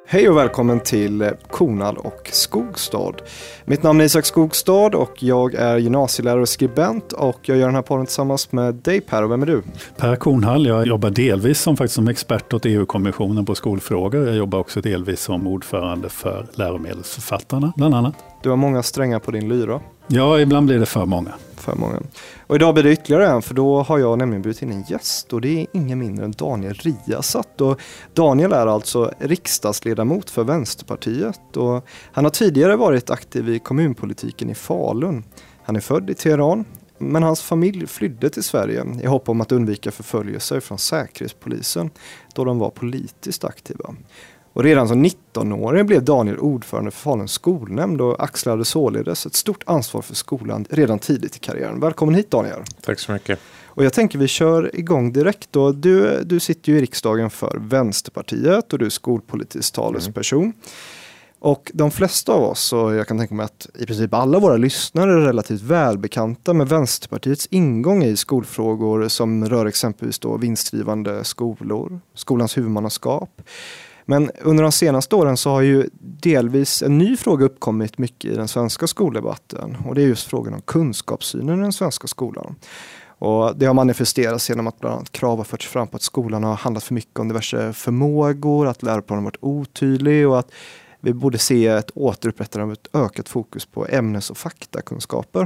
Hej och välkommen till Kornhall och Skogstad. Mitt namn är Isak Skogstad och jag är gymnasielärare och skribent och jag gör den här podden tillsammans med dig Per. Och vem är du? Per Kornhall, jag jobbar delvis som expert åt EU-kommissionen på skolfrågor. Jag jobbar också delvis som ordförande för läromedelsförfattarna bland annat. Du har många strängar på din lyra. Ja, ibland blir det för många. Och idag blir det ytterligare en, för då har jag nämligen bjudit in en gäst och det är ingen mindre än Daniel Riazat. Och Daniel är alltså riksdagsledamot för Vänsterpartiet och han har tidigare varit aktiv i kommunpolitiken i Falun. Han är född i Teheran, men hans familj flydde till Sverige i hopp om att undvika förföljelser från säkerhetspolisen då de var politiskt aktiva. Och redan som 19-åring blev Daniel ordförande för Faluns skolnämnd och axlade således ett stort ansvar för skolan redan tidigt i karriären. Välkommen hit Daniel. Tack så mycket. Och jag tänker vi kör igång direkt då. Du sitter ju i riksdagen för Vänsterpartiet och du är skolpolitisk talesperson. Och de flesta av oss, och jag kan tänka mig att i princip alla våra lyssnare är relativt välbekanta med Vänsterpartiets ingång i skolfrågor som rör exempelvis då vinstdrivande skolor, skolans huvudmannaskap. Men under de senaste åren så har ju delvis en ny fråga uppkommit mycket i den svenska skoldebatten. Och det är just frågan om kunskapssynen i den svenska skolan. Och det har manifesterats genom att bland annat krav har förts fram på att skolan har handlat för mycket om diverse förmågor, att läroplanen har varit otydlig och att vi borde se ett återupprättande av ett ökat fokus på ämnes- och faktakunskaper.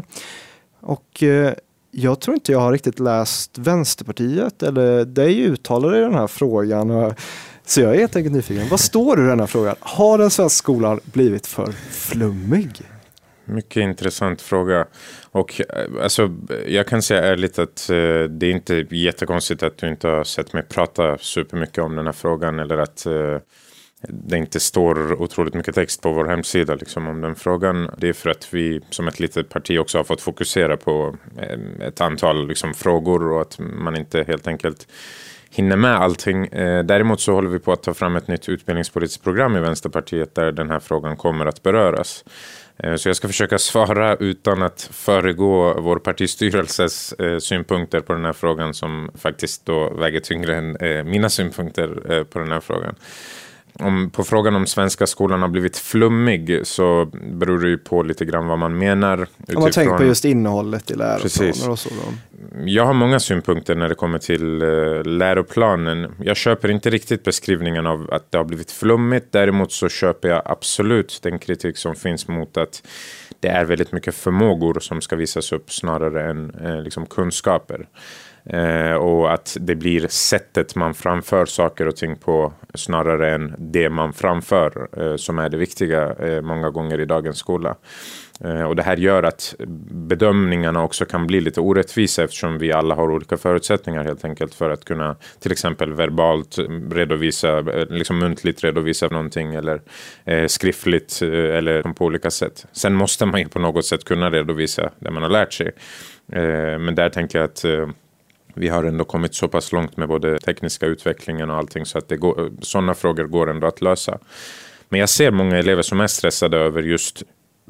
Och jag tror inte jag har riktigt läst Vänsterpartiet eller dig uttalade i den här frågan. Så jag är helt enkelt nyfiken. Vad står du i den här frågan? Har den svenska skolan blivit för flummig? Mycket intressant fråga. Och alltså, jag kan säga ärligt att det är inte jättekonstigt att du inte har sett mig prata supermycket om den här frågan. Eller att det inte står otroligt mycket text på vår hemsida liksom, om den frågan. Det är för att vi som ett litet parti också har fått fokusera på ett antal liksom, frågor och att man inte helt enkelt hinner med allting. Däremot så håller vi på att ta fram ett nytt utbildningspolitiskt program i Vänsterpartiet där den här frågan kommer att beröras. Så jag ska försöka svara utan att föregå vår partistyrelses synpunkter på den här frågan som faktiskt då väger tyngre än mina synpunkter på den här frågan. På frågan om svenska skolan har blivit flummig så beror det ju på lite grann vad man menar. Om man tänker på just innehållet i läroplaner och så då. Jag har många synpunkter när det kommer till läroplanen. Jag köper inte riktigt beskrivningen av att det har blivit flummigt. Däremot så köper jag absolut den kritik som finns mot att det är väldigt mycket förmågor som ska visas upp snarare än liksom kunskaper. Och att det blir sättet man framför saker och ting på snarare än det man framför som är det viktiga många gånger i dagens skola. Och det här gör att bedömningarna också kan bli lite orättvisa eftersom vi alla har olika förutsättningar helt enkelt för att kunna till exempel verbalt redovisa, liksom muntligt redovisa någonting eller skriftligt eller på olika sätt. Sen måste man ju på något sätt kunna redovisa det man har lärt sig. Men där tänker jag att vi har ändå kommit så pass långt med både tekniska utvecklingen och allting så att sådana frågor går ändå att lösa. Men jag ser många elever som är stressade över just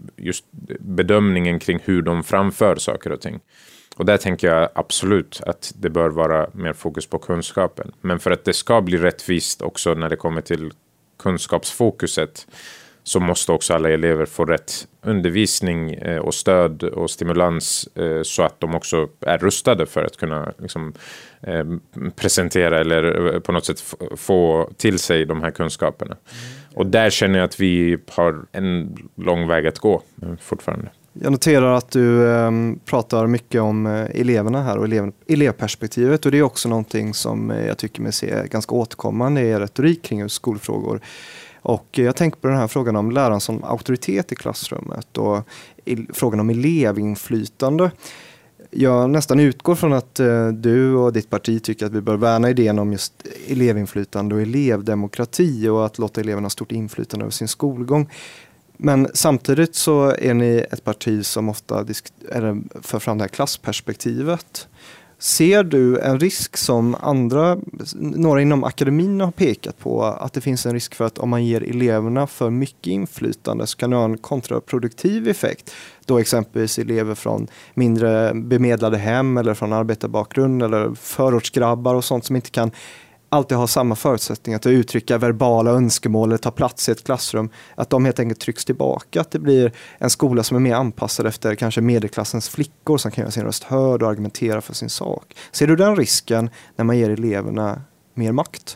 bedömningen kring hur de framför saker och ting. Och där tänker jag absolut att det bör vara mer fokus på kunskapen. Men för att det ska bli rättvist också när det kommer till kunskapsfokuset så måste också alla elever få rätt undervisning och stöd och stimulans så att de också är rustade för att kunna liksom, presentera eller på något sätt få till sig de här kunskaperna. Och där känner jag att vi har en lång väg att gå fortfarande. Jag noterar att du pratar mycket om eleverna här och elevperspektivet och det är också någonting som jag tycker mig se ganska återkommande i retorik kring skolfrågor. Och jag tänker på den här frågan om läraren som auktoritet i klassrummet och frågan om elevinflytande. Jag nästan utgår från att du och ditt parti tycker att vi bör värna idén om just elevinflytande och elevdemokrati och att låta eleverna ha stort inflytande över sin skolgång. Men samtidigt så är ni ett parti som ofta för fram det här klassperspektivet. Ser du en risk som några inom akademin har pekat på att det finns en risk för att om man ger eleverna för mycket inflytande så kan det ha en kontraproduktiv effekt? Då exempelvis elever från mindre bemedlade hem eller från arbetarbakgrund eller förortsgrabbar och sånt som inte kan alltid har samma förutsättningar att uttrycka verbala önskemål eller ta plats i ett klassrum, att de helt enkelt trycks tillbaka, att det blir en skola som är mer anpassad efter kanske medelklassens flickor som kan göra sin röst hörd och argumentera för sin sak. Ser du den risken när man ger eleverna mer makt?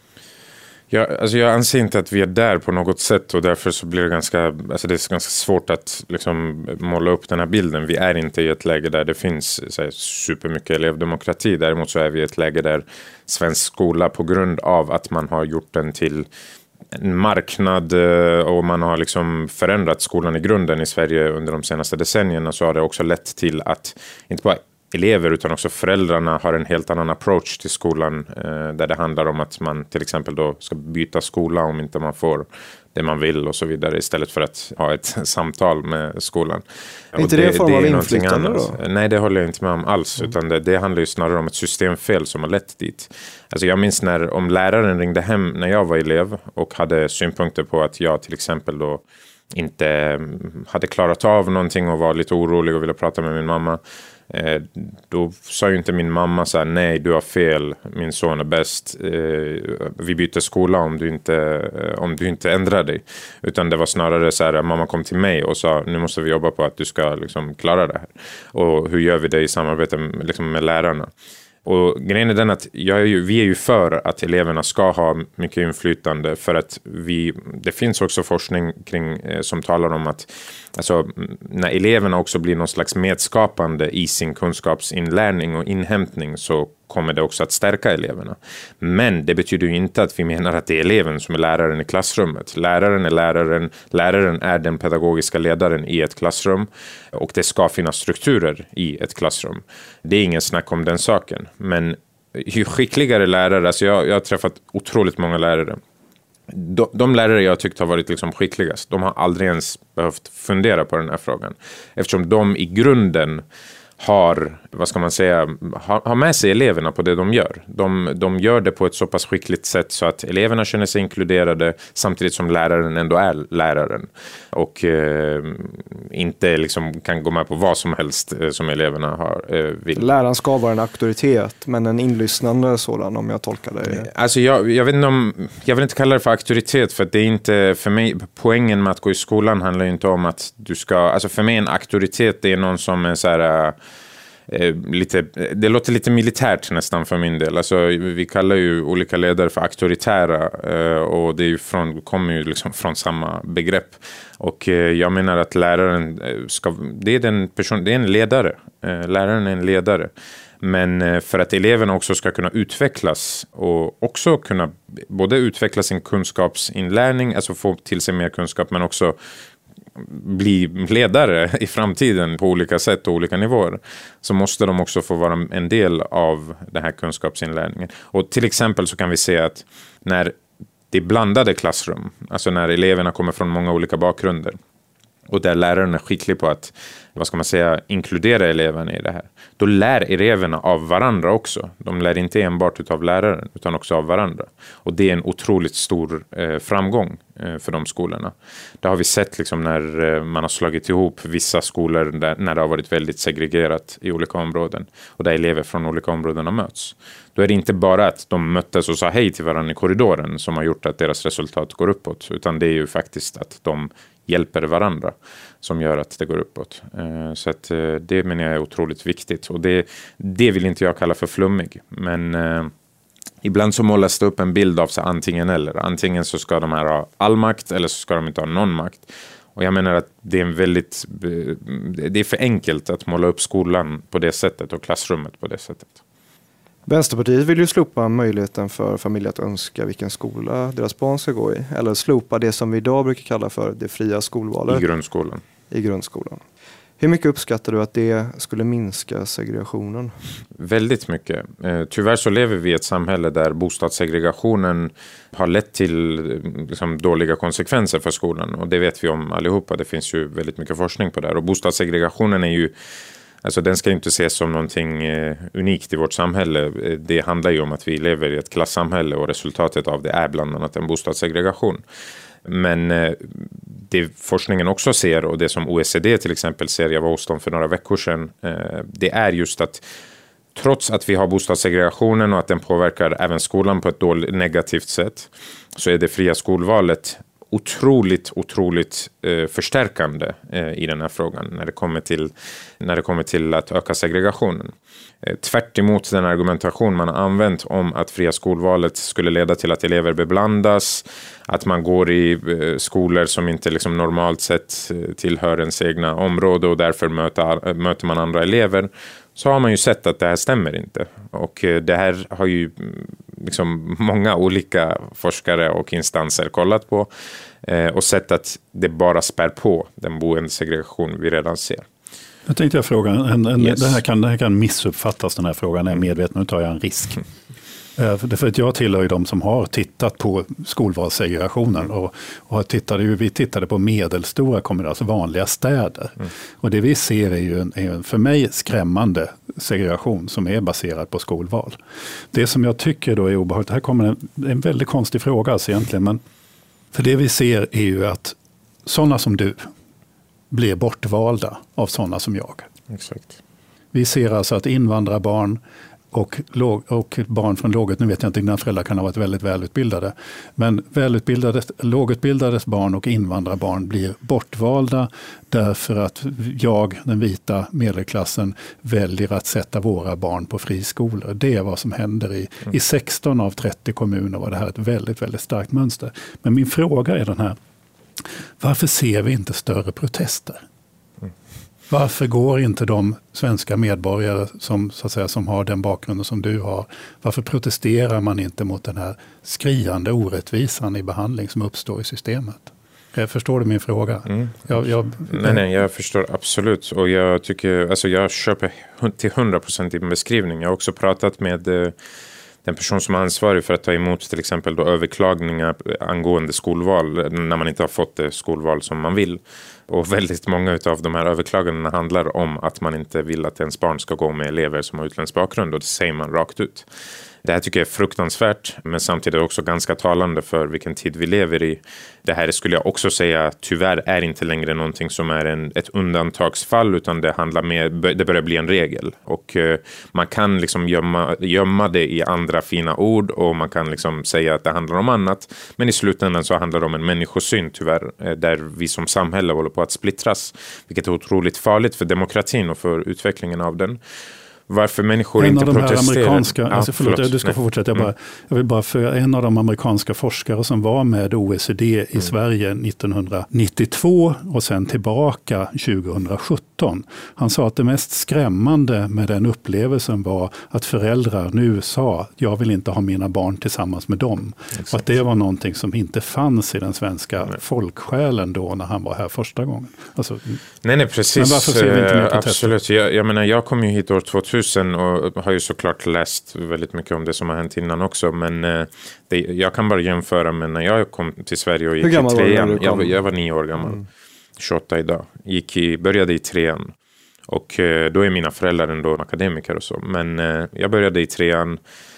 Jag anser inte att vi är där på något sätt, och därför så blir det det är ganska svårt att liksom måla upp den här bilden. Vi är inte i ett läge där det finns supermycket elevdemokrati. Däremot så är vi i ett läge där svensk skola, på grund av att man har gjort den till en marknad och man har liksom förändrat skolan i grunden i Sverige under de senaste decennierna, så har det också lett till att inte bara elever utan också föräldrarna har en helt annan approach till skolan, där det handlar om att man till exempel då ska byta skola om inte man får det man vill och så vidare, istället för att ha ett samtal med skolan. Är inte det en form av inflytande då? Nej, det håller jag inte med om alls, utan det handlar ju snarare om ett systemfel som har lett dit. Alltså jag minns om läraren ringde hem när jag var elev och hade synpunkter på att jag till exempel då inte hade klarat av någonting och var lite orolig och ville prata med min mamma. Då sa ju inte min mamma så här: nej, du har fel, min son är bäst, vi byter skola om du inte ändrar dig. Utan det var snarare så här: mamma kom till mig och sa, nu måste vi jobba på att du ska liksom klara det här. Och hur gör vi det i samarbete liksom med lärarna? Och grejen är den att vi är ju för att eleverna ska ha mycket inflytande, för att det finns också forskning kring som talar om att alltså, när eleverna också blir någon slags medskapande i sin kunskapsinlärning och inhämtning, så kommer det också att stärka eleverna. Men det betyder ju inte att vi menar att det är eleven som är läraren i klassrummet. Läraren är läraren är den pedagogiska ledaren i ett klassrum, och det ska finnas strukturer i ett klassrum. Det är ingen snack om den saken. Men ju skickligare lärare, alltså jag har träffat otroligt många lärare. De lärare jag tyckt har varit liksom skickligast, de har aldrig ens behövt fundera på den här frågan. Eftersom de i grunden har med sig eleverna på det de gör. De gör det på ett så pass skickligt sätt så att eleverna känner sig inkluderade, samtidigt som läraren ändå är läraren. Och inte liksom kan gå med på vad som helst som eleverna vill. Läraren ska vara en auktoritet, men en inlyssnande sådan, om jag tolkar det. Alltså jag vill inte kalla det för auktoritet, för att det är inte, för mig, poängen med att gå i skolan handlar ju inte om att du ska, alltså för mig en auktoritet, det är någon som är så här det låter lite militärt nästan för min del. Alltså, vi kallar ju olika ledare för auktoritära, och det kommer ju liksom från samma begrepp. Och jag menar att läraren det är en ledare. Läraren är en ledare. Men för att eleverna också ska kunna utvecklas och också kunna både utveckla sin kunskapsinlärning, alltså få till sig mer kunskap, men också bli ledare i framtiden på olika sätt och olika nivåer, så måste de också få vara en del av den här kunskapsinlärningen. Och till exempel så kan vi se att när det är blandade klassrum, alltså när eleverna kommer från många olika bakgrunder, och där läraren är skicklig på att, inkludera eleverna i det här, då lär eleverna av varandra också. De lär inte enbart utav läraren, utan också av varandra. Och det är en otroligt stor framgång för de skolorna. Det har vi sett liksom när man har slagit ihop vissa skolor när det har varit väldigt segregerat i olika områden, och där elever från olika områden har möts. Då är det inte bara att de möttes och sa hej till varandra i korridoren som har gjort att deras resultat går uppåt, utan det är ju faktiskt att de hjälper varandra som gör att det går uppåt. Så att det menar jag är otroligt viktigt, och det vill inte jag kalla för flummig, men ibland så målas det upp en bild av så antingen eller. Antingen så ska de här ha all makt, eller så ska de inte ha någon makt. Och jag menar att det är för enkelt att måla upp skolan på det sättet och klassrummet på det sättet. Vänsterpartiet vill ju slopa möjligheten för familjer att önska vilken skola deras barn ska gå i. Eller slopa det som vi idag brukar kalla för det fria skolvalet. I grundskolan. Hur mycket uppskattar du att det skulle minska segregationen? Väldigt mycket. Tyvärr så lever vi i ett samhälle där bostadssegregationen har lett till liksom dåliga konsekvenser för skolan. Och det vet vi om allihopa. Det finns ju väldigt mycket forskning på det här. Och bostadssegregationen är ju, alltså den ska ju inte ses som någonting unikt i vårt samhälle. Det handlar ju om att vi lever i ett klassamhälle, och resultatet av det är bland annat en bostadssegregation. Men det forskningen också ser, och det som OECD till exempel ser, jag var hos dem för några veckor sedan, det är just att trots att vi har bostadssegregationen och att den påverkar även skolan på ett negativt sätt, så är det fria skolvalet otroligt förstärkande i den här frågan när det kommer till att öka segregationen. Tvärt emot den argumentation man har använt om att fria skolvalet skulle leda till att elever beblandas, att man går i skolor som inte liksom normalt sett tillhör ens egna område och därför möter man andra elever, så har man ju sett att det här stämmer inte. Och det här har ju liksom många olika forskare och instanser kollat på och sett att det bara spär på den boendesegregation vi redan ser. Jag tänkte fråga, det här kan missuppfattas, den här frågan, är medveten, nu tar jag en risk. För att jag tillhör ju de som har tittat på skolvalssegregationen och vi tittade på medelstora kommuner, alltså vanliga städer. Och det vi ser är ju en för mig skrämmande segregation som är baserad på skolval. Det som jag tycker då är obehagligt, här kommer en väldigt konstig fråga alltså egentligen, men för det vi ser är ju att sådana som du blir bortvalda av sådana som jag. Exakt. Vi ser alltså att invandrarbarn och barn från nu vet jag inte, dina föräldrar kan ha varit väldigt välutbildade, men lågutbildades barn och invandrarbarn blir bortvalda därför att den vita medelklassen, väljer att sätta våra barn på friskolor. Det är vad som händer i 16 av 30 kommuner, var det här ett väldigt, väldigt starkt mönster. Men min fråga är den här: varför ser vi inte större protester? Varför går inte de svenska medborgare som har den bakgrunden som du har, varför protesterar man inte mot den här skriande orättvisan i behandling som uppstår i systemet? Förstår du min fråga? Nej, jag förstår absolut. Och jag tycker, alltså jag köper till 100% din beskrivning. Jag har också pratat med den person som är ansvarig för att ta emot till exempel då överklagningar angående skolval när man inte har fått det skolval som man vill. Och väldigt många av de här överklagandena handlar om att man inte vill att ens barn ska gå med elever som har utländsk bakgrund, och det säger man rakt ut. Det här tycker jag är fruktansvärt, men samtidigt också ganska talande för vilken tid vi lever i. Det här skulle jag också säga tyvärr är inte längre någonting som är ett undantagsfall, utan det börjar bli en regel. Och man kan liksom gömma det i andra fina ord, och man kan liksom säga att det handlar om annat. Men i slutändan så handlar det om en människosyn tyvärr, där vi som samhälle håller på att splittras. Vilket är otroligt farligt för demokratin och för utvecklingen av den. Varför människor inte protesterar. Du ska få fortsätta. Jag vill bara för en av de amerikanska forskare som var med OECD i Sverige 1992 och sen tillbaka 2017. Han sa att det mest skrämmande med den upplevelsen var att föräldrar nu sa: jag vill inte ha mina barn tillsammans med dem. Och att det var någonting som inte fanns i den svenska folksjälen då när han var här första gången. Alltså, nej, precis. Men varför ser vi inte mer protester? Absolut. Jag menar, jag kom ju hit år 2000 och har ju såklart läst väldigt mycket om det som har hänt innan också, men jag kan bara jämföra med när jag kom till Sverige och gick i 3:an. Jag var 9 år gammal, 28 idag. Började i 3:an, och då är mina föräldrar ändå akademiker och så, men jag började i 3:an.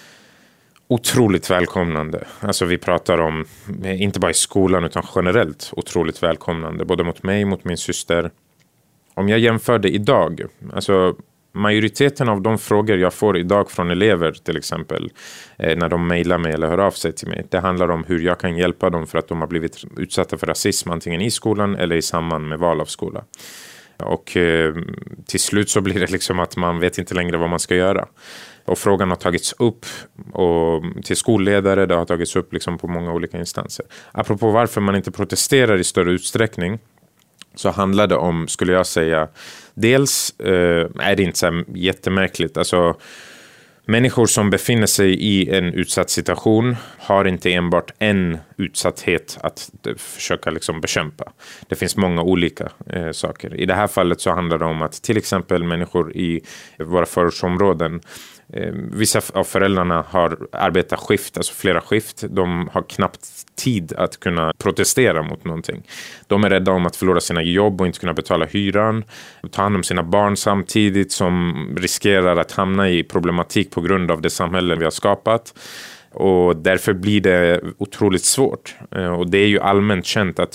Otroligt välkomnande. Alltså vi pratar om, inte bara i skolan utan generellt, otroligt välkomnande. Både mot mig, mot min syster. Om jag jämför det idag, alltså majoriteten av de frågor jag får idag från elever till exempel, när de mejlar mig eller hör av sig till mig, det handlar om hur jag kan hjälpa dem för att de har blivit utsatta för rasism antingen i skolan eller i samband med val av skola. Och till slut så blir det liksom att man vet inte längre vad man ska göra. Och frågan har tagits upp och till skolledare, det har tagits upp liksom på många olika instanser. Apropå varför man inte protesterar i större utsträckning, så handlar det om, skulle jag säga, dels är det inte så jättemärkligt. Alltså, människor som befinner sig i en utsatt situation har inte enbart en utsatthet att försöka liksom bekämpa. Det finns många olika saker. I det här fallet så handlar det om att till exempel människor i våra förortsområden, vissa av föräldrarna har arbetat skift, alltså flera skift. De har knappt tid att kunna protestera mot någonting. De är rädda om att förlora sina jobb och inte kunna betala hyran. Ta hand om sina barn samtidigt, som riskerar att hamna i problematik på grund av det samhälle vi har skapat. Och därför blir det otroligt svårt. Och det är ju allmänt känt att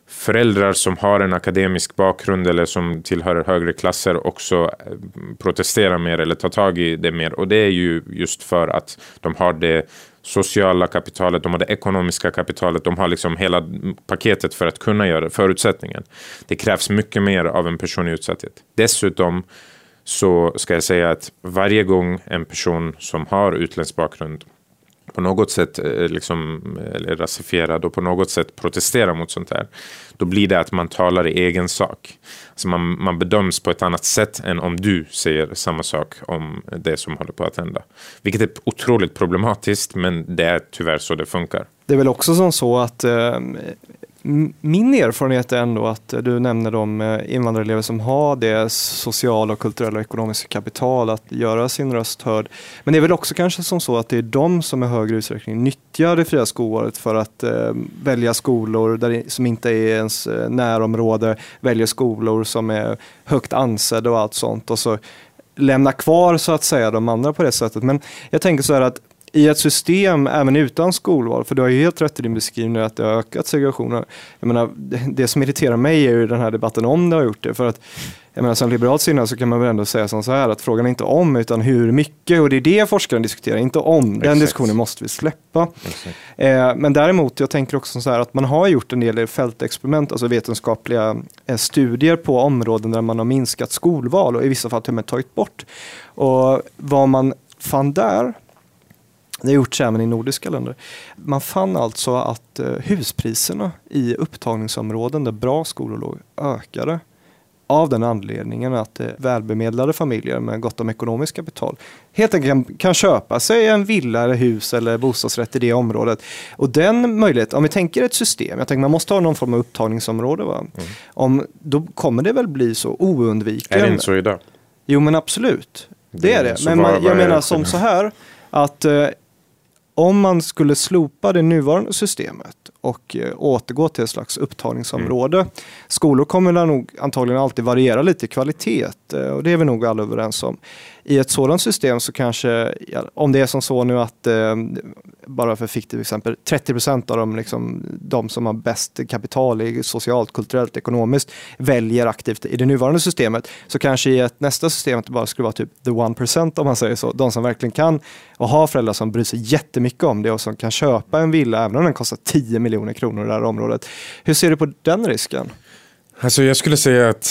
föräldrar som har en akademisk bakgrund eller som tillhör högre klasser också protesterar mer eller tar tag i det mer. Och det är ju just för att de har det sociala kapitalet, de har det ekonomiska kapitalet, de har liksom hela paketet för att kunna göra förutsättningen. Det krävs mycket mer av en person i utsatthet. Dessutom så ska jag säga att varje gång en person som har utländsk bakgrund på något sätt eller rasifierad och på något sätt protesterar mot sånt här, då blir det att man talar i egen sak. Alltså man bedöms på ett annat sätt än om du säger samma sak om det som håller på att hända. Vilket är otroligt problematiskt, men det är tyvärr så det funkar. Det är väl också som så att min erfarenhet är ändå att du nämner de invandrarelever som har det sociala, och kulturella och ekonomiska kapital att göra sin röst hörd. Men det är väl också kanske som så att det är de som i högre utsträckning nyttjar det fria skolvalet för att välja skolor som inte är ens närområde, väljer skolor som är högt ansedda och allt sånt, och så lämna kvar så att säga de andra på det sättet. Men jag tänker så här att i ett system även utan skolval, för du har ju helt rätt i din beskrivning att det har ökat segregationen. Jag menar, det som irriterar mig är ju den här debatten om det har gjort det. För att, jag menar, som liberalt sinnad så kan man väl ändå säga som så här att frågan är inte om utan hur mycket, och det är det forskaren diskuterar, inte om. Den diskussionen måste vi släppa. Men däremot, jag tänker också så här att man har gjort en del fältexperiment, alltså vetenskapliga studier på områden där man har minskat skolval och i vissa fall till och med tagit bort. Och vad man fann där, det har gjorts även i nordiska länder. Man fann alltså att huspriserna i upptagningsområden där bra skolor låg ökade av den anledningen att välbemedlade familjer med gott om ekonomiskt kapital helt enkelt kan köpa sig en villa eller hus eller bostadsrätt i det området. Och den möjligheten, om vi tänker ett system, jag tänker man måste ha någon form av upptagningsområde, va? Då kommer det väl bli så oundvikligen. Är det inte så idag? Jo, men absolut. Det är det. Men jag menar som så här att om man skulle slopa det nuvarande systemet och återgå till ett slags upptagningsområde. Skolor kommer nog antagligen alltid variera lite i kvalitet, och det är vi nog alla överens om. I ett sådant system så kanske, om det är som så nu att bara för fiktivt exempel 30% av de som har bäst kapital i socialt, kulturellt, ekonomiskt väljer aktivt i det nuvarande systemet, så kanske i ett nästa system att det bara skulle vara typ the 1%, om man säger så. De som verkligen kan och har föräldrar som bryr sig jättemycket om det och som kan köpa en villa även om den kostar 10 miljoner kronor i det här området. Hur ser du på den risken? Alltså jag skulle säga att,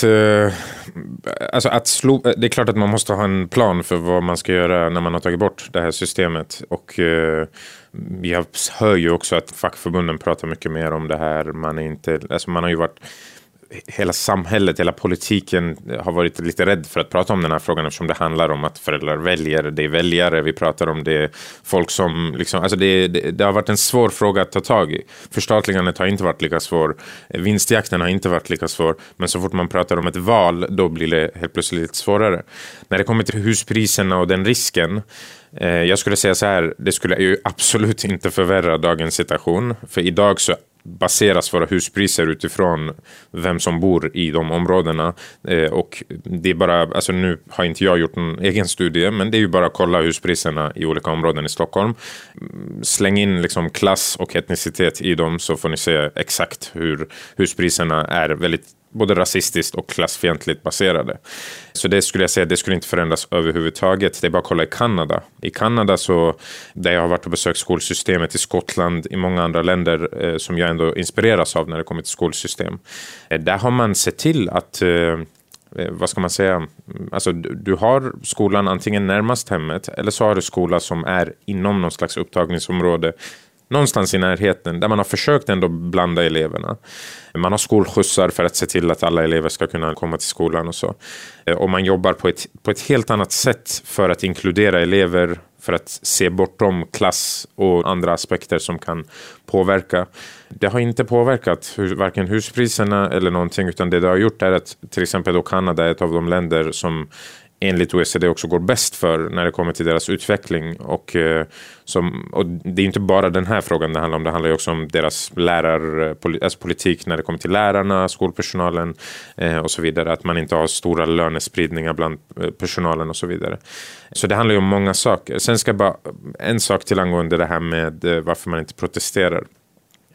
det är klart att man måste ha en plan för vad man ska göra när man har tagit bort det här systemet. Och jag hör ju också att fackförbunden pratar mycket mer om det här. Man har ju varit, hela samhället, hela politiken har varit lite rädd för att prata om den här frågan eftersom det handlar om att föräldrar väljer, det är väljare, vi pratar om det, folk som det har varit en svår fråga att ta tag i. Förstatligandet har inte varit lika svår, vinstjakten har inte varit lika svår, men så fort man pratar om ett val då blir det helt plötsligt lite svårare. När det kommer till huspriserna och den risken, jag skulle säga så här, det skulle ju absolut inte förvärra dagens situation, för idag så baseras våra huspriser utifrån vem som bor i de områdena, och det är bara, alltså nu har inte jag gjort en egen studie, men det är ju bara att kolla huspriserna i olika områden i Stockholm, släng in klass och etnicitet i dem, så får ni se exakt hur huspriserna är väldigt både rasistiskt och klassfientligt baserade. Så det skulle jag säga, det skulle inte förändras överhuvudtaget. Det är bara att kolla i Kanada. I Kanada, så där jag har varit och besökt skolsystemet, i Skottland, i många andra länder som jag ändå inspireras av när det kommer till skolsystem. Där har man sett till att vad ska man säga, alltså du har skolan antingen närmast hemmet eller så har du skola som är inom någon slags upptagningsområde någonstans i närheten, där man har försökt ändå blanda eleverna. Man har skolskjutsar för att se till att alla elever ska kunna komma till skolan och så. Och man jobbar på ett helt annat sätt för att inkludera elever, för att se bortom klass och andra aspekter som kan påverka. Det har inte påverkat varken huspriserna eller någonting, utan det har gjort är att till exempel då Kanada är ett av de länder som enligt OECD också går bäst för när det kommer till deras utveckling, och det är inte bara den här frågan det handlar om, det handlar ju också om deras politik när det kommer till lärarna, skolpersonalen och så vidare, att man inte har stora lönespridningar bland personalen och så vidare. Så det handlar ju om många saker. Sen ska bara en sak till angående det här med varför man inte protesterar.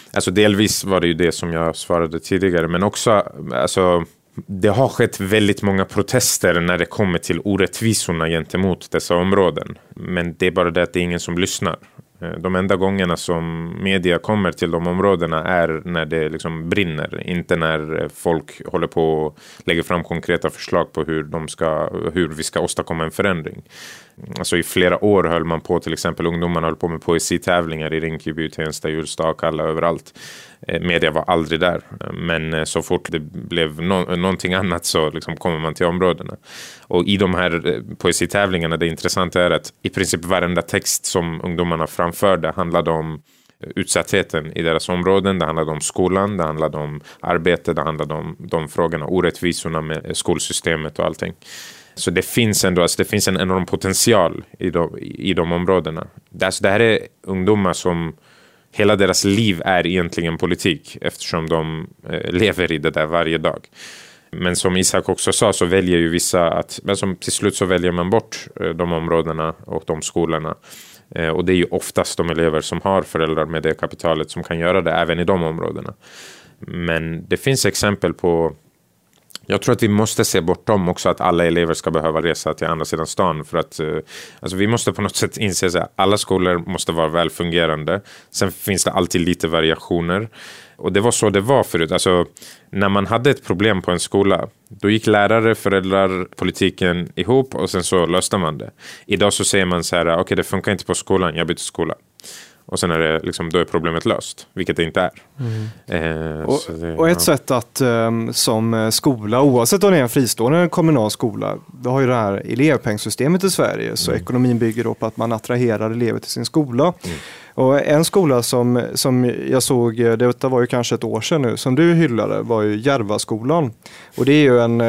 Alltså delvis var det ju det som jag svarade tidigare, men också alltså, det har skett väldigt många protester när det kommer till orättvisorna gentemot dessa områden. Men det är bara det att det är ingen som lyssnar. De enda gångerna som media kommer till de områdena är när det liksom brinner. Inte när folk håller på och lägger fram konkreta förslag på hur vi ska åstadkomma en förändring. Alltså i flera år höll man på, till exempel ungdomarna höll på med poesitävlingar i Rinkeby, Tensta, Hjulsta och alla överallt. Media var aldrig där, men så fort det blev någonting annat så liksom kommer man till områdena. Och i de här poesitävlingarna, det intressanta är att i princip varenda text som ungdomarna framförde handlade om utsattheten i deras områden, det handlade om skolan, det handlade om arbete, det handlade om de frågorna, orättvisorna med skolsystemet och allting. Så det finns ändå, alltså det finns en enorm potential i de områdena. Alltså det här är ungdomar som hela deras liv är egentligen politik, eftersom de lever i det där varje dag. Men som Isak också sa, så väljer ju vissa till slut så väljer man bort de områdena och de skolorna. Och det är ju oftast de elever som har föräldrar med det kapitalet som kan göra det även i de områdena. Men det finns exempel på, jag tror att vi måste se bortom också att alla elever ska behöva resa till andra sidan stan, för att alltså vi måste på något sätt inse att alla skolor måste vara välfungerande. Sen finns det alltid lite variationer. Och det var så det var förut. Alltså, när man hade ett problem på en skola, då gick lärare, föräldrar, politiken ihop och sen så löste man det. Idag så säger man så här, okej, det funkar inte på skolan, jag byter skola. Och sen är det liksom, då är problemet löst, vilket det inte är. Och ett sätt att som skola, oavsett om det är en fristående eller en kommunal skola, vi har ju det här elevpengssystemet i Sverige, så ekonomin bygger då på att man attraherar elever till sin skola. Och en skola som jag såg, det var ju kanske ett år sedan nu, som du hyllade, var ju Järvaskolan. Och det är ju en...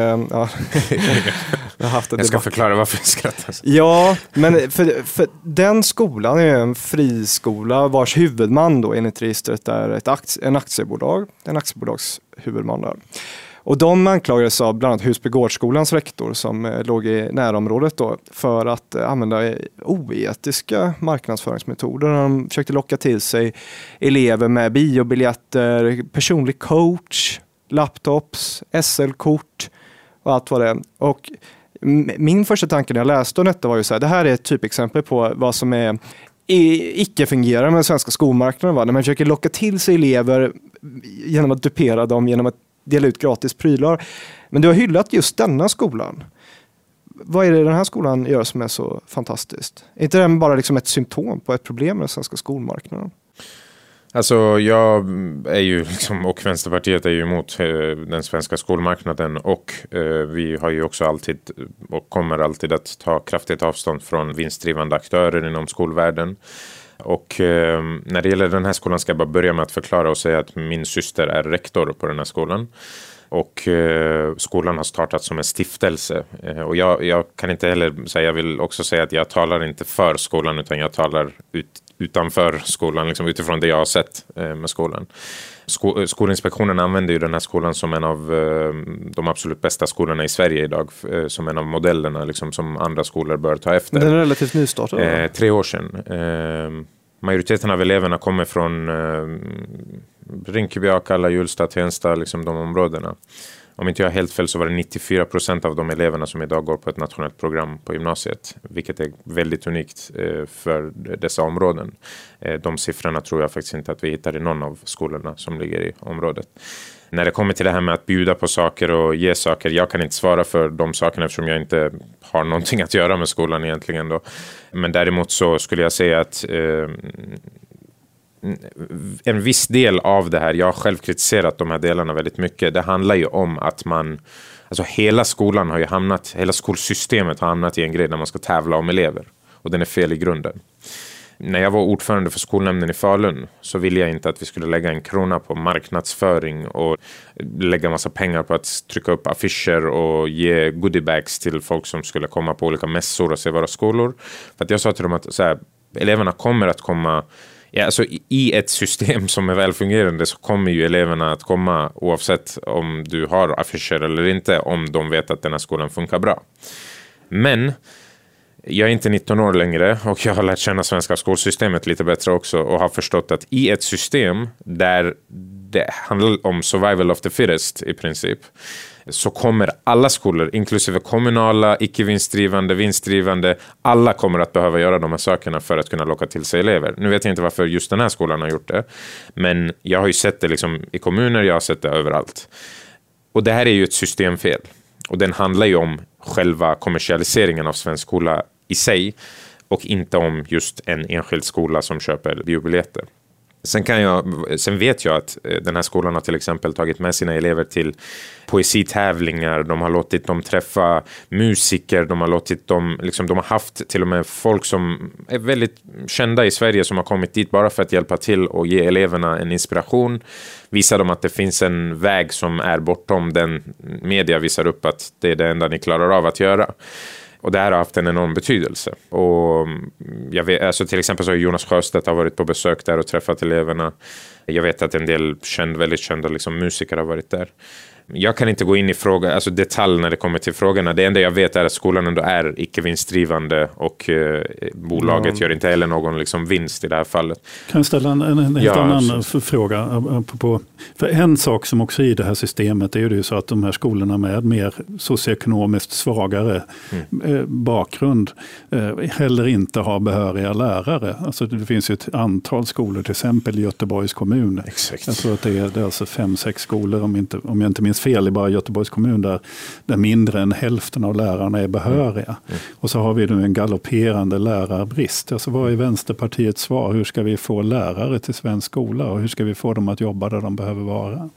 jag ska förklara varför jag skrattar. Ja, men för den skolan är en friskola vars huvudman då enligt registret är en aktiebolagshuvudman där. Och de anklagades av bland annat Husbygårdsskolans rektor som låg i närområdet då, för att använda oetiska marknadsföringsmetoder. De försökte locka till sig elever med biobiljetter, personlig coach, laptops, SL-kort och allt vad det är. Och min första tanke när jag läste om detta var ju så här, det här är ett typexempel på vad som är icke-fungerar med den svenska skolmarknaden. När man försöker locka till sig elever genom att dupera dem, genom att dela ut gratis prylar. Men du har hyllat just denna skolan. Vad är det den här skolan gör som är så fantastiskt? Är inte den bara liksom ett symptom på ett problem med den svenska skolmarknaden? Alltså jag är ju liksom, och Vänsterpartiet är ju emot den svenska skolmarknaden, och vi har ju också alltid och kommer alltid att ta kraftigt avstånd från vinstdrivande aktörer inom skolvärlden. Och när det gäller den här skolan ska jag bara börja med att förklara och säga att min syster är rektor på den här skolan. Och skolan har startat som en stiftelse. Och jag kan inte heller säga, jag vill också säga att jag talar inte för skolan, utan jag talar utanför skolan, liksom utifrån det jag har sett med skolan. Skolinspektionen använder ju den här skolan som en av de absolut bästa skolorna i Sverige idag, som en av modellerna liksom, som andra skolor bör ta efter. Den är relativt nystartad? 3 år sedan. Majoriteten av eleverna kommer från Rinkeby, Akalla, Hjulsta, Tensta, liksom de områdena. Om inte jag har helt fel så var det 94% av de eleverna som idag går på ett nationellt program på gymnasiet. Vilket är väldigt unikt för dessa områden. De siffrorna tror jag faktiskt inte att vi hittar i någon av skolorna som ligger i området. När det kommer till det här med att bjuda på saker och ge saker, jag kan inte svara för de sakerna eftersom jag inte har någonting att göra med skolan egentligen då. Men däremot så skulle jag säga att en viss del av det här, jag har själv kritiserat de här delarna väldigt mycket, det handlar ju om att alltså hela skolan har ju hamnat, hela skolsystemet har hamnat i en grej där man ska tävla om elever, och den är fel i grunden. När jag var ordförande för skolnämnden i Falun så ville jag inte att vi skulle lägga en krona på marknadsföring och lägga massa pengar på att trycka upp affischer och ge goodiebags till folk som skulle komma på olika mässor och se våra skolor. För att jag sa till dem att så här, eleverna kommer att komma. Ja, alltså i ett system som är välfungerande så kommer ju eleverna att komma oavsett om du har affischer eller inte, om de vet att den här skolan funkar bra. Men Jag är inte 19 år längre och jag har lärt känna svenska skolsystemet lite bättre också och har förstått att i ett system där det handlar om survival of the fittest i princip, så kommer alla skolor, inklusive kommunala, icke-vinstdrivande, vinstdrivande, alla kommer att behöva göra de här sakerna för att kunna locka till sig elever. Nu vet jag inte varför just den här skolan har gjort det, men jag har ju sett det liksom i kommuner, jag har sett det överallt. Och det här är ju ett systemfel. Och den handlar ju om själva kommersialiseringen av svensk skola i sig och inte om just en enskild skola som köper biobiljetter. Sen vet jag att den här skolan har till exempel tagit med sina elever till poesitävlingar, de har låtit dem träffa musiker, de har låtit dem, liksom, de har haft till och med folk som är väldigt kända i Sverige som har kommit dit bara för att hjälpa till och ge eleverna en inspiration, visa dem att det finns en väg som är bortom den media visar upp att det är det enda ni klarar av att göra. Och det här har haft en enorm betydelse. Och jag vet, alltså till exempel så har Jonas Sjöstedt har varit på besök där och träffat eleverna. Jag vet att en del väldigt kända liksom, musiker har varit där. Jag kan inte gå in i detalj när det kommer till frågorna. Det enda jag vet är att skolan ändå är icke-vinstdrivande och bolaget gör inte heller någon liksom, vinst i det här fallet. Kan jag ställa en helt annan fråga? För en sak som också i det här systemet är ju det så att de här skolorna med mer socioekonomiskt svagare bakgrund heller inte har behöriga lärare. Alltså det finns ju ett antal skolor, till exempel i Göteborgs kommun. Exakt. Jag tror att det är alltså 5-6 skolor om jag inte minns fel i bara Göteborgs kommun där mindre än hälften av lärarna är behöriga. Och så har vi nu en galopperande lärarbrist. Alltså vad är Vänsterpartiets svar? Hur ska vi få lärare till svensk skola och hur ska vi få dem att jobba där de behöver vara?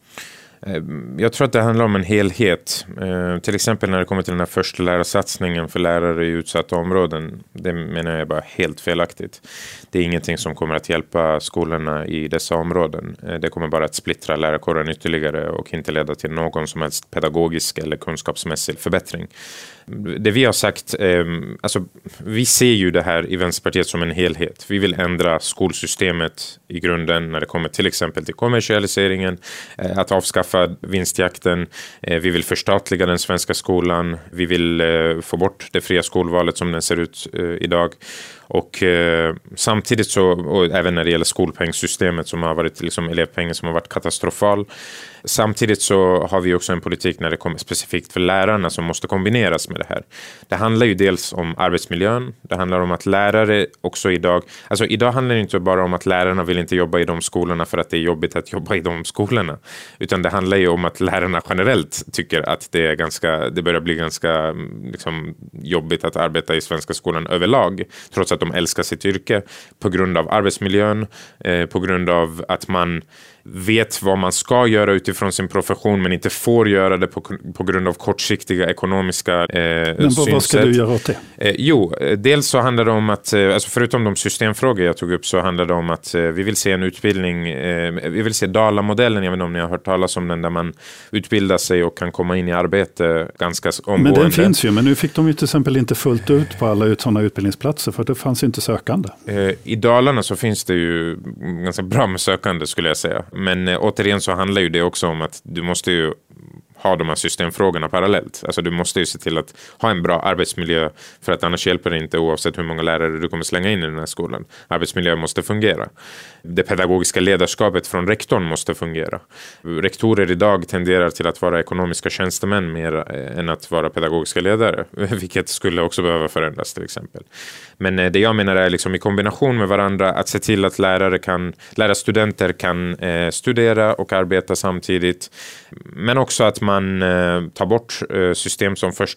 Jag tror att det handlar om en helhet. Till exempel när det kommer till den här första lärarsatsningen för lärare i utsatta områden. Det menar jag är bara helt felaktigt. Det är ingenting som kommer att hjälpa skolorna i dessa områden. Det kommer bara att splittra lärarkåren ytterligare och inte leda till någon som helst pedagogisk eller kunskapsmässig förbättring. Det vi har sagt, alltså, vi ser ju det här i Vänsterpartiet som en helhet. Vi vill ändra skolsystemet i grunden när det kommer till exempel till kommersialiseringen, att avskaffa vinstjakten, vi vill förstatliga den svenska skolan, vi vill få bort det fria skolvalet som den ser ut idag. Och samtidigt så, och även när det gäller skolpengssystemet som har varit liksom elevpengen som har varit katastrofal. Samtidigt så har vi också en politik när det kommer specifikt för lärarna som måste kombineras med det här. Det handlar ju dels om arbetsmiljön, det handlar om att lärare också idag handlar det inte bara om att lärarna vill inte jobba i de skolorna för att det är jobbigt att jobba i de skolorna, utan det handlar ju om att lärarna generellt tycker att det börjar bli ganska liksom, jobbigt att arbeta i svenska skolan överlag, trots att de älskar sitt yrke, på grund av arbetsmiljön, på grund av att man vet vad man ska göra utifrån sin profession men inte får göra det på grund av kortsiktiga ekonomiska synsätt. Vad ska du göra åt det? Dels så handlar det om att, alltså förutom de systemfrågor jag tog upp, så handlar det om att vi vill se en utbildning, vi vill se Dala-modellen, jag vet inte om ni har hört talas om den, där man utbildar sig och kan komma in i arbete ganska omgående. Men den finns ju, men nu fick de ju till exempel inte fullt ut på alla sådana utbildningsplatser för det fanns ju inte sökande. I Dalarna så finns det ju ganska bra med sökande skulle jag säga. Men återigen så handlar ju det också om att du måste ju ha de här systemfrågorna parallellt. Alltså du måste ju se till att ha en bra arbetsmiljö, för att annars hjälper det inte oavsett hur många lärare du kommer slänga in i den här skolan. Arbetsmiljö måste fungera. Det pedagogiska ledarskapet från rektorn måste fungera. Rektorer idag tenderar till att vara ekonomiska tjänstemän mer än att vara pedagogiska ledare, vilket skulle också behöva förändras till exempel. Men det jag menar är liksom i kombination med varandra att se till att lärarstudenter kan studera och arbeta samtidigt, men också att man tar bort system som första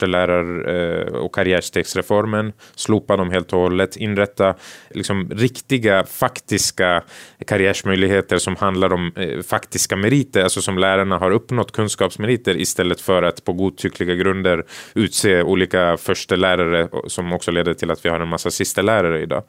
och karriärstegsreformen, slopa dem helt och hållet, inrätta liksom riktiga faktiska karriärsmöjligheter som handlar om faktiska meriter, alltså som lärarna har uppnått kunskapsmeriter, istället för att på godtyckliga grunder utse olika första lärare som också leder till att vi har en massa sista lärare idag.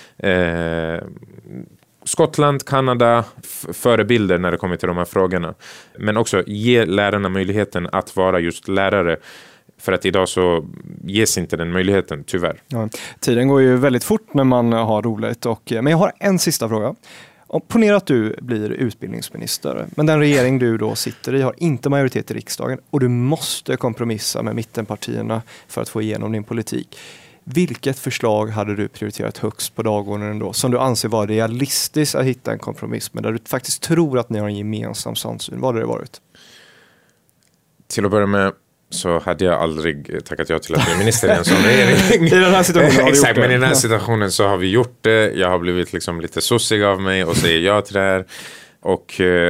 Skottland, Kanada, förebilder när det kommer till de här frågorna. Men också ge lärarna möjligheten att vara just lärare. För att idag så ges inte den möjligheten, tyvärr. Ja, tiden går ju väldigt fort när man har roligt. Men jag har en sista fråga. Ponera att du blir utbildningsminister, men den regering du då sitter i har inte majoritet i riksdagen och du måste kompromissa med mittenpartierna för att få igenom din politik. Vilket förslag hade du prioriterat högst på dagordningen då, som du anser vara realistiskt att hitta en kompromiss med, där du faktiskt tror att ni har en gemensam samsyn? Vad hade det varit? Till att börja med så hade jag aldrig tackat ja till att bli minister i en sån regering. I den här situationen har vi exakt, gjort det. men i den här situationen så har vi gjort det. Jag har blivit liksom lite sossig av mig och säger ja till det här. Och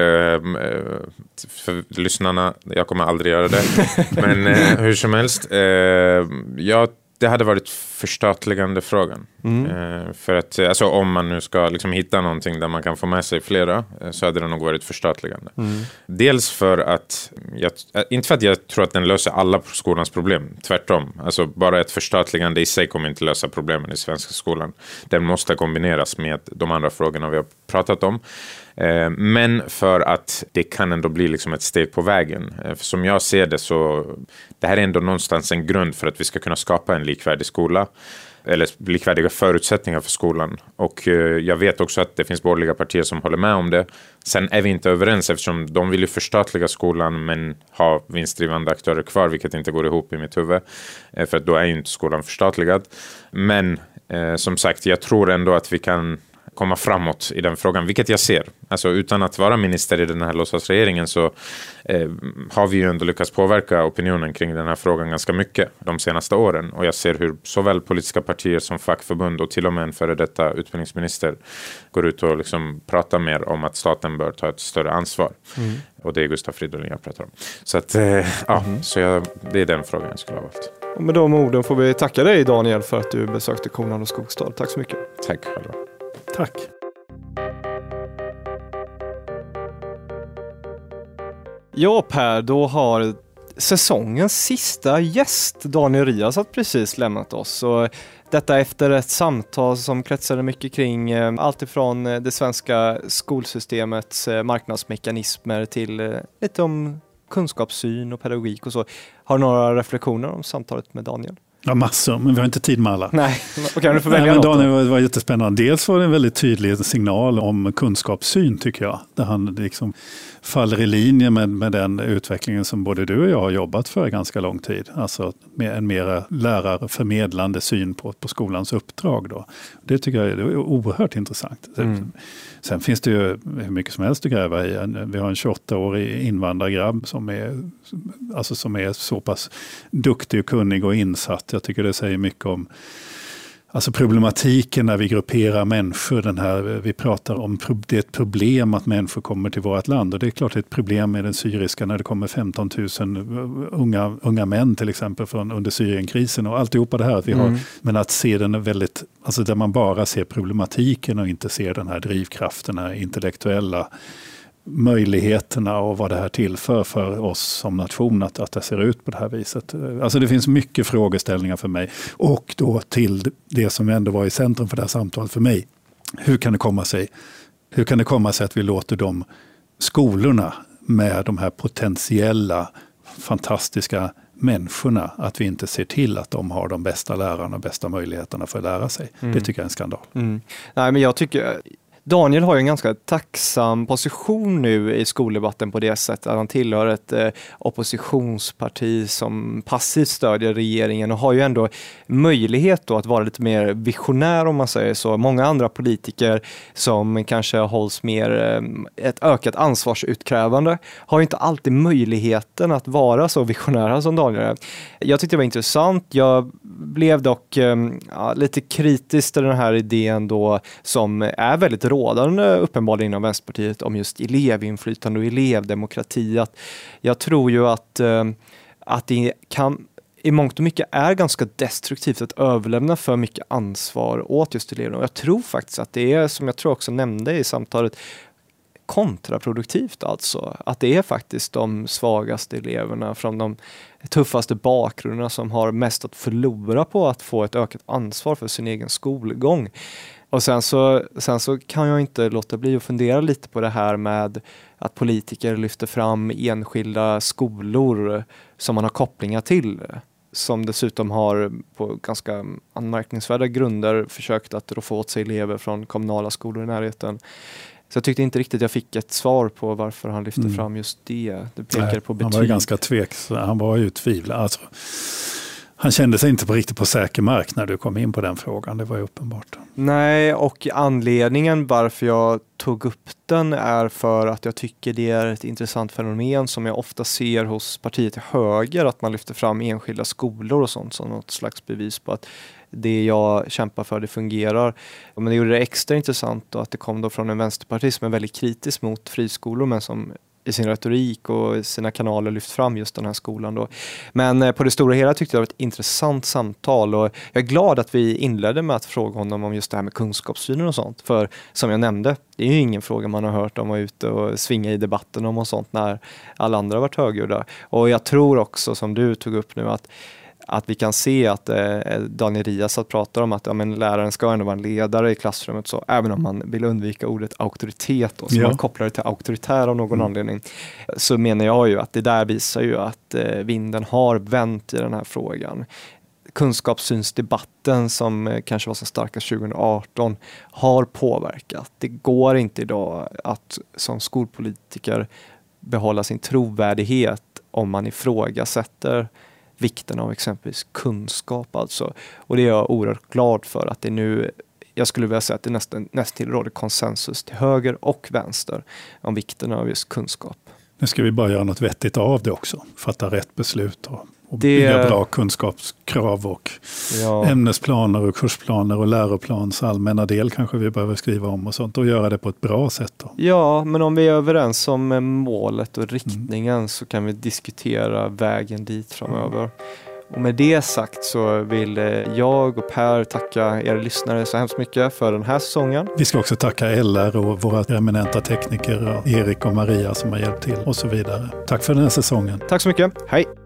för lyssnarna, jag kommer aldrig göra det. Men hur som helst, det hade varit förstatligande frågan. För att alltså, om man nu ska liksom hitta någonting där man kan få med sig flera, så hade det nog varit förstatligande. Dels för att inte för att jag tror att den löser alla skolans problem, tvärtom. Alltså bara ett förstatligande i sig kommer inte lösa problemen i svenska skolan. Den måste kombineras med de andra frågorna vi har pratat om. Men för att det kan ändå bli liksom ett steg på vägen. För som jag ser det så det här är ändå någonstans en grund för att vi ska kunna skapa en likvärdig skola. Eller likvärdiga förutsättningar för skolan. Och jag vet också att det finns borgerliga partier som håller med om det. Sen är vi inte överens eftersom de vill ju förstatliga skolan men ha vinstdrivande aktörer kvar, vilket inte går ihop i mitt huvud. För att då är ju inte skolan förstatligad. Men som sagt, jag tror ändå att vi kan komma framåt i den frågan, vilket jag ser. Alltså utan att vara minister i den här låtsasregeringen så har vi ju ändå lyckats påverka opinionen kring den här frågan ganska mycket de senaste åren. Och jag ser hur såväl politiska partier som fackförbund och till och med en före detta utbildningsminister går ut och liksom pratar mer om att staten bör ta ett större ansvar. Och det är Gustav Fridolin jag pratar om. Så att, det är den frågan jag skulle ha valt. Och med de orden får vi tacka dig, Daniel, för att du besökte Konan och Skogstad. Tack så mycket. Tack själva. Tack. Ja, Per, då har säsongens sista gäst, Daniel Riazat, precis lämnat oss. Och detta efter ett samtal som kretsade mycket kring allt ifrån det svenska skolsystemets marknadsmekanismer till lite om kunskapssyn och pedagogik och så. Har du några reflektioner om samtalet med Daniel? Ja, massor, men vi har inte tid med alla. Nej, okej, du får välja något. Daniel var jättespännande. Dels var det en väldigt tydlig signal om kunskapssyn, tycker jag. Där han liksom faller i linje med den utvecklingen som både du och jag har jobbat för ganska lång tid. Alltså med en mer lärarförmedlande syn på skolans uppdrag. Då. Det tycker jag är oerhört intressant. Sen finns det ju hur mycket som helst att gräva i. Vi har en 28-årig invandrargrabb som är så pass duktig och kunnig och insatt. Jag tycker det säger mycket om alltså problematiken när vi grupperar människor. Vi pratar om det är ett problem att människor kommer till vårt land. Och det är klart ett problem med den syriska när det kommer 15 000 unga män till exempel från under Syrienkrisen och alltihopa det här att vi har. Men att se den väldigt, alltså där man bara ser problematiken och inte ser den här drivkraften, den här intellektuella möjligheterna och vad det här tillför för oss som nation att det ser ut på det här viset. Alltså det finns mycket frågeställningar för mig. Och då till det som ändå var i centrum för det här samtalet för mig. Hur kan det komma sig att vi låter de skolorna med de här potentiella, fantastiska människorna, att vi inte ser till att de har de bästa lärarna och bästa möjligheterna för att lära sig. Det tycker jag är en skandal. Nej, men jag tycker Daniel har ju en ganska tacksam position nu i skoldebatten på det sättet att han tillhör ett oppositionsparti som passivt stödjer regeringen och har ju ändå möjlighet då att vara lite mer visionär om man säger så. Många andra politiker som kanske hålls mer ett ökat ansvarsutkrävande har ju inte alltid möjligheten att vara så visionära som Daniel är. Jag tyckte det var intressant. Jag blev dock lite kritisk till den här idén då som är väldigt rådande uppenbarligen inom Vänsterpartiet om just elevinflytande och elevdemokrati. Att jag tror ju att det kan i mångt och mycket är ganska destruktivt att överlämna för mycket ansvar åt just eleverna. Och jag tror faktiskt att det är, som jag tror också nämnde i samtalet, kontraproduktivt alltså. Att det är faktiskt de svagaste eleverna från de tuffaste bakgrunderna som har mest att förlora på att få ett ökat ansvar för sin egen skolgång. Och sen så kan jag inte låta bli att fundera lite på det här med att politiker lyfter fram enskilda skolor som man har kopplingar till. Som dessutom har på ganska anmärkningsvärda grunder försökt att få åt sig elever från kommunala skolor i närheten. Så jag tyckte inte riktigt jag fick ett svar på varför han lyfte fram just det. Det pekar på betyg. Han var ju ganska tveksam. Han var ju tvivlad. Alltså, Han kände sig inte riktigt på säker mark när du kom in på den frågan, det var ju uppenbart. Nej, och anledningen varför jag tog upp den är för att jag tycker det är ett intressant fenomen som jag ofta ser hos partiet till höger, att man lyfter fram enskilda skolor och sånt som något slags bevis på att det jag kämpar för det fungerar. Men det gjorde det extra intressant då att det kom då från en vänsterpartist som är väldigt kritisk mot friskolor men som i sin retorik och sina kanaler lyft fram just den här skolan då. Men på det stora hela tyckte jag det var ett intressant samtal och jag är glad att vi inledde med att fråga honom om just det här med kunskapssynen och sånt. För som jag nämnde, det är ju ingen fråga man har hört om att vara ute och svinga i debatten om och sånt när alla andra har varit högljudda. Och jag tror också som du tog upp nu att vi kan se att Daniel Riazat pratar om att läraren ska ändå vara en ledare i klassrummet, så även om man vill undvika ordet auktoritet och så man kopplar det till auktoritär av någon anledning, så menar jag ju att det där visar ju att vinden har vänt i den här frågan. Kunskapssynsdebatten som kanske var så starkast 2018 har påverkat. Det går inte idag att som skolpolitiker behålla sin trovärdighet om man ifrågasätter vikten av exempelvis kunskap alltså. Och det är jag oerhört glad för att det nu, jag skulle vilja säga att det nästan råder konsensus till höger och vänster om vikten av just kunskap. Nu ska vi bara göra något vettigt av det också. Fatta rätt beslut och bygga bra kunskapskrav och ämnesplaner och kursplaner och läroplans allmänna del kanske vi behöver skriva om och sånt och göra det på ett bra sätt då. Ja, men om vi är överens om målet och riktningen så kan vi diskutera vägen dit framöver. Och med det sagt så vill jag och Per tacka er lyssnare så hemskt mycket för den här säsongen. Vi ska också tacka LR och våra eminenta tekniker Erik och Maria som har hjälpt till och så vidare. Tack för den här säsongen. Tack så mycket. Hej!